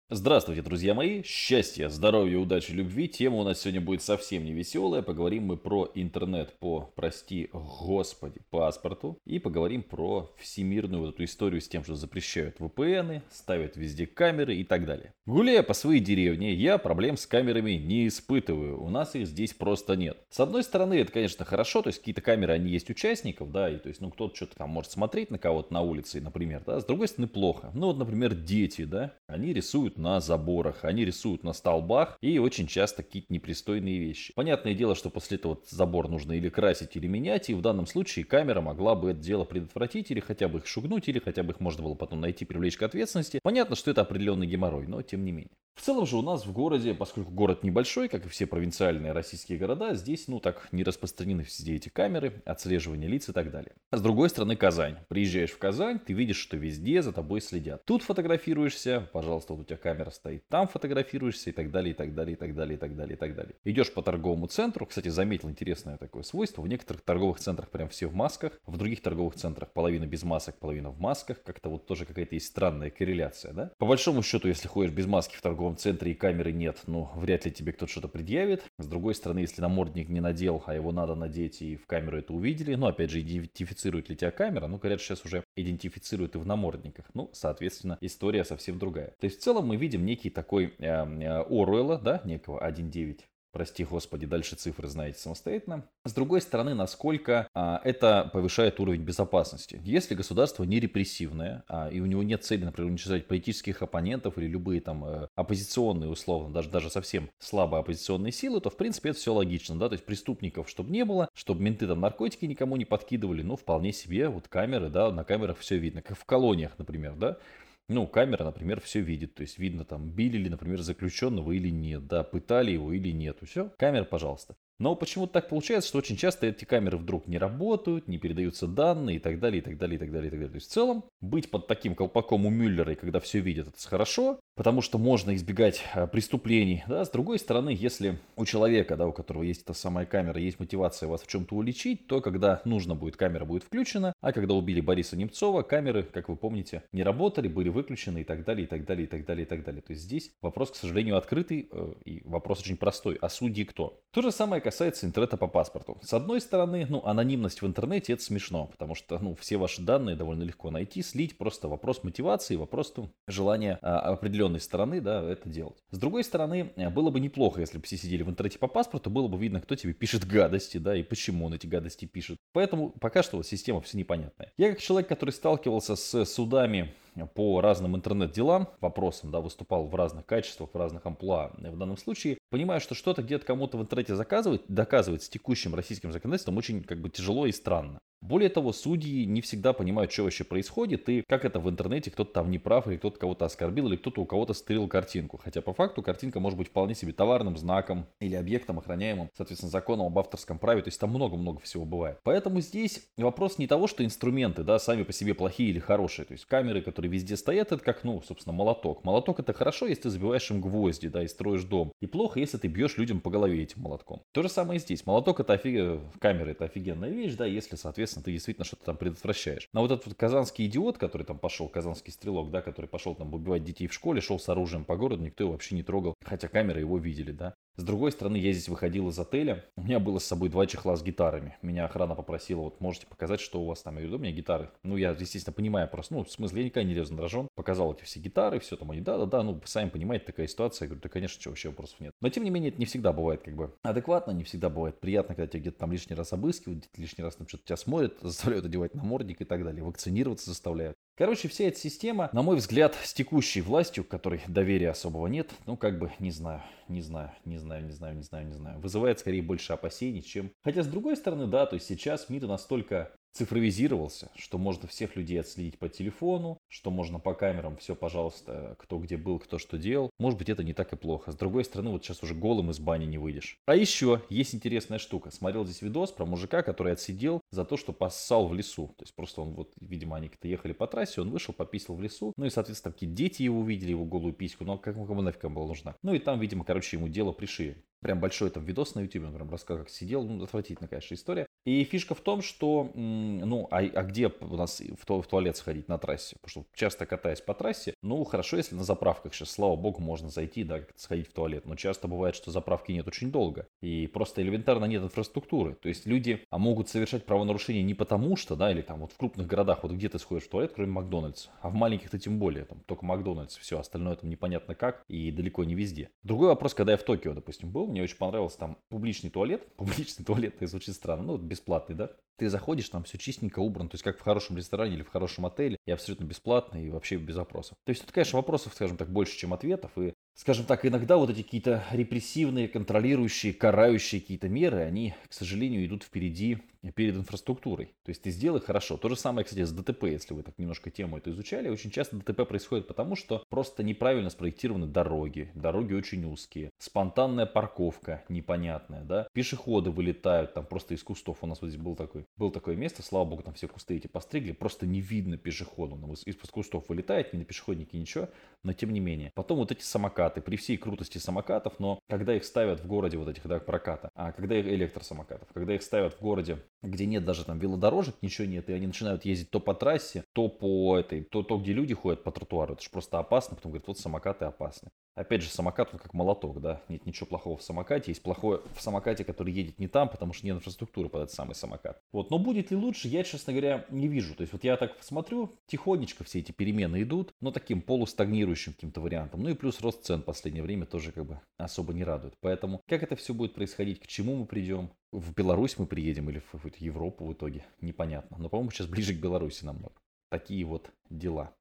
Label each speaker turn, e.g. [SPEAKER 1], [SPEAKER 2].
[SPEAKER 1] Здравствуйте, друзья мои! Счастья, здоровья, удачи, любви. Тема у нас сегодня будет совсем не веселая. Поговорим мы про интернет по, прости господи, паспорту. И поговорим про всемирную вот эту историю с тем, что запрещают VPN, ставят везде камеры и так далее. Гуляя по своей деревне, я проблем с камерами не испытываю. У нас их здесь просто нет. С одной стороны, это, конечно, хорошо. То есть какие-то камеры, они есть участников, да, и то есть, кто-то что-то там может смотреть на кого-то на улице, например, да. С другой стороны, плохо. Ну, вот, например, дети, да, они рисуют на заборах, они рисуют на столбах и очень часто какие-то непристойные вещи. Понятное дело, что после этого вот забор нужно или красить, или менять, и в данном случае камера могла бы это дело предотвратить, или хотя бы их шугнуть, или хотя бы их можно было потом найти, привлечь к ответственности. Понятно, что это определенный геморрой, но тем не менее. В целом же у нас в городе, поскольку город небольшой, как и все провинциальные российские города, здесь, так не распространены все эти камеры, отслеживание лиц и так далее. А с другой стороны, Казань. Приезжаешь в Казань, ты видишь, что везде за тобой следят. Тут фотографируешься, пожалуйста, вот у тебя камера стоит, там фотографируешься и так далее, и так далее, и так далее, и так далее, и так далее. Идешь по торговому центру, кстати, заметил интересное такое свойство, в некоторых торговых центрах прям все в масках, в других торговых центрах половина без масок, половина в масках, как-то вот тоже какая-то есть странная корреляция, да? По большому счету, если ходишь без маски в торговом центре и камеры нет, вряд ли тебе кто-то что-то предъявит. С другой стороны, если намордник не надел, а его надо надеть и в камеру это увидели, опять же, идентифицирует ли тебя камера, говорят, сейчас уже идентифицируют и в намордниках, соответственно, история совсем другая. То есть в целом мы видим некий такой Оруэлла, да, некого 1.9. Прости господи, дальше цифры знаете самостоятельно. С другой стороны, насколько это повышает уровень безопасности. Если государство не репрессивное, и у него нет цели, например, уничтожать политических оппонентов или любые там оппозиционные, условно, даже совсем слабые оппозиционные силы, то в принципе это все логично, да, то есть преступников чтобы не было, чтобы менты там наркотики никому не подкидывали, вполне себе вот камеры, да, на камерах все видно, как в колониях, например, да. Камера, например, все видит. То есть видно, там, били ли, например, заключенного или нет, да, пытали его или нет. Все, камера, пожалуйста. Но почему-то так получается, что очень часто эти камеры вдруг не работают, не передаются данные и так далее, и так далее, и так далее, и так далее. То есть в целом быть под таким колпаком у Мюллера, и когда все видят, это хорошо, потому что можно избегать преступлений. Да? С другой стороны, если у человека, да, у которого есть эта самая камера, есть мотивация вас в чем-то уличить, то когда нужно будет, камера будет включена, а когда убили Бориса Немцова, камеры, как вы помните, не работали, были выключены и так далее, и так далее, и так далее, и так далее. То есть здесь вопрос, к сожалению, открытый, и вопрос очень простой. А судьи кто? То же самое касается интернета по паспорту. С одной стороны, анонимность в интернете это смешно, потому что, все ваши данные довольно легко найти, слить, просто вопрос мотивации, вопрос желания определенной стороны, да, это делать. С другой стороны, было бы неплохо, если бы все сидели в интернете по паспорту, было бы видно, кто тебе пишет гадости, да, и почему он эти гадости пишет. Поэтому пока что система все непонятная. Я как человек, который сталкивался с судами по разным интернет-делам, вопросам, да, выступал в разных качествах, в разных амплуа в данном случае, понимаю, что что-то где-то кому-то в интернете доказывать с текущим российским законодательством очень тяжело и странно. Более того, судьи не всегда понимают, что вообще происходит, и как это в интернете, кто-то там не прав, или кто-то кого-то оскорбил, или кто-то у кого-то стырил картинку. Хотя по факту картинка может быть вполне себе товарным знаком или объектом, охраняемым, соответственно, законом об авторском праве. То есть там много-много всего бывает. Поэтому здесь вопрос не того, что инструменты, да, сами по себе плохие или хорошие. То есть камеры, которые везде стоят, это как, собственно, молоток. Молоток это хорошо, если ты забиваешь им гвозди, да, и строишь дом. И плохо, если ты бьешь людям по голове этим молотком. То же самое и здесь. Молоток это камера это офигенная вещь, да, если, соответственно, ты действительно что-то там предотвращаешь. Но вот этот вот казанский идиот, который там пошел, казанский стрелок, да, который пошел там убивать детей в школе, шел с оружием по городу, никто его вообще не трогал, хотя камеры его видели, да. С другой стороны, я здесь выходил из отеля, у меня было с собой 2 чехла с гитарами. Меня охрана попросила, вот можете показать, что у вас там. Я говорю, да, у меня гитары. Я, естественно, понимаю просто, в смысле, я никогда не лезу на рожон. Показал эти все гитары, все там, они, да, сами понимаете, такая ситуация. Я говорю, да, конечно, что, вообще вопросов нет. Но, тем не менее, это не всегда бывает адекватно, не всегда бывает приятно, когда тебя где-то там лишний раз обыскивают, где-то лишний раз там что-то тебя смотрят, заставляют одевать намордник и так далее, вакцинироваться заставляют. Короче, вся эта система, на мой взгляд, с текущей властью, которой доверия особого нет, не знаю, вызывает скорее больше опасений, чем... Хотя, с другой стороны, да, то есть сейчас мир настолько цифровизировался, что можно всех людей отследить по телефону, что можно по камерам все, пожалуйста, кто где был, кто что делал. Может быть, это не так и плохо. С другой стороны, вот сейчас уже голым из бани не выйдешь. А еще есть интересная штука. Смотрел здесь видос про мужика, который отсидел за то, что поссал в лесу. То есть просто он видимо, они как-то ехали по трассе, он вышел, пописал в лесу. И, соответственно, какие дети его увидели, его голую письку. Кому нафиг было нужна. И там, видимо, ему дело пришили. Прям большой там видос на YouTube, он прям рассказывал, как сидел. Ну, отвратительная, конечно, история. И фишка в том, что, где у нас в туалет сходить на трассе? Потому что часто катаясь по трассе, ну, хорошо, если на заправках сейчас, слава богу, можно зайти, да, как-то сходить в туалет. Но часто бывает, что заправки нет очень долго. И просто элементарно нет инфраструктуры. То есть люди могут совершать правонарушения не потому что, да, или там вот в крупных городах, вот где ты сходишь в туалет, кроме Макдональдса. А в маленьких-то тем более, там только Макдональдс, все остальное там непонятно как и далеко не везде. Другой вопрос, когда я в Токио, допустим, был, мне очень понравился там публичный туалет. Публичный туалет, это звучит странно, ну, вот бесплатный, да. Ты заходишь, там все чистенько убрано, то есть как в хорошем ресторане или в хорошем отеле, и абсолютно бесплатно, и вообще без вопросов. То есть тут, конечно, вопросов, скажем так, больше, чем ответов, и, скажем так, иногда вот эти какие-то репрессивные, контролирующие, карающие какие-то меры, они, к сожалению, идут впереди перед инфраструктурой. То есть ты сделай хорошо. То же самое, кстати, с ДТП, если вы так немножко тему эту изучали. Очень часто ДТП происходит потому, что просто неправильно спроектированы дороги. Дороги очень узкие. Спонтанная парковка непонятная, да. Пешеходы вылетают там просто из кустов. У нас вот здесь было такое место, слава богу, там все кусты эти постригли. Просто не видно пешехода. Он из-под кустов вылетает, ни на пешеходнике, ничего. Но тем не менее. Потом вот эти самокаты, при всей крутости самокатов, но когда их ставят в городе, вот этих, да, проката, когда их электросамокатов, когда их ставят в городе, где нет даже там велодорожек, ничего нет, и они начинают ездить то по трассе, то где люди ходят по тротуару, это же просто опасно, потом говорят, вот самокаты опасны. Опять же, самокат, он как молоток, да, нет ничего плохого в самокате, есть плохое в самокате, который едет не там, потому что нет инфраструктуры под этот самый самокат. Вот, но будет ли лучше, я, честно говоря, не вижу. То есть вот я так смотрю, тихонечко все эти перемены идут, но таким полустагнирующим каким-то вариантом. Ну и плюс рост цен в последнее время тоже как бы особо не радует. Поэтому как это все будет происходить, к чему мы придем? В Беларусь мы приедем или в Европу в итоге, непонятно. Но, по-моему, сейчас ближе к Беларуси намного. Такие вот дела.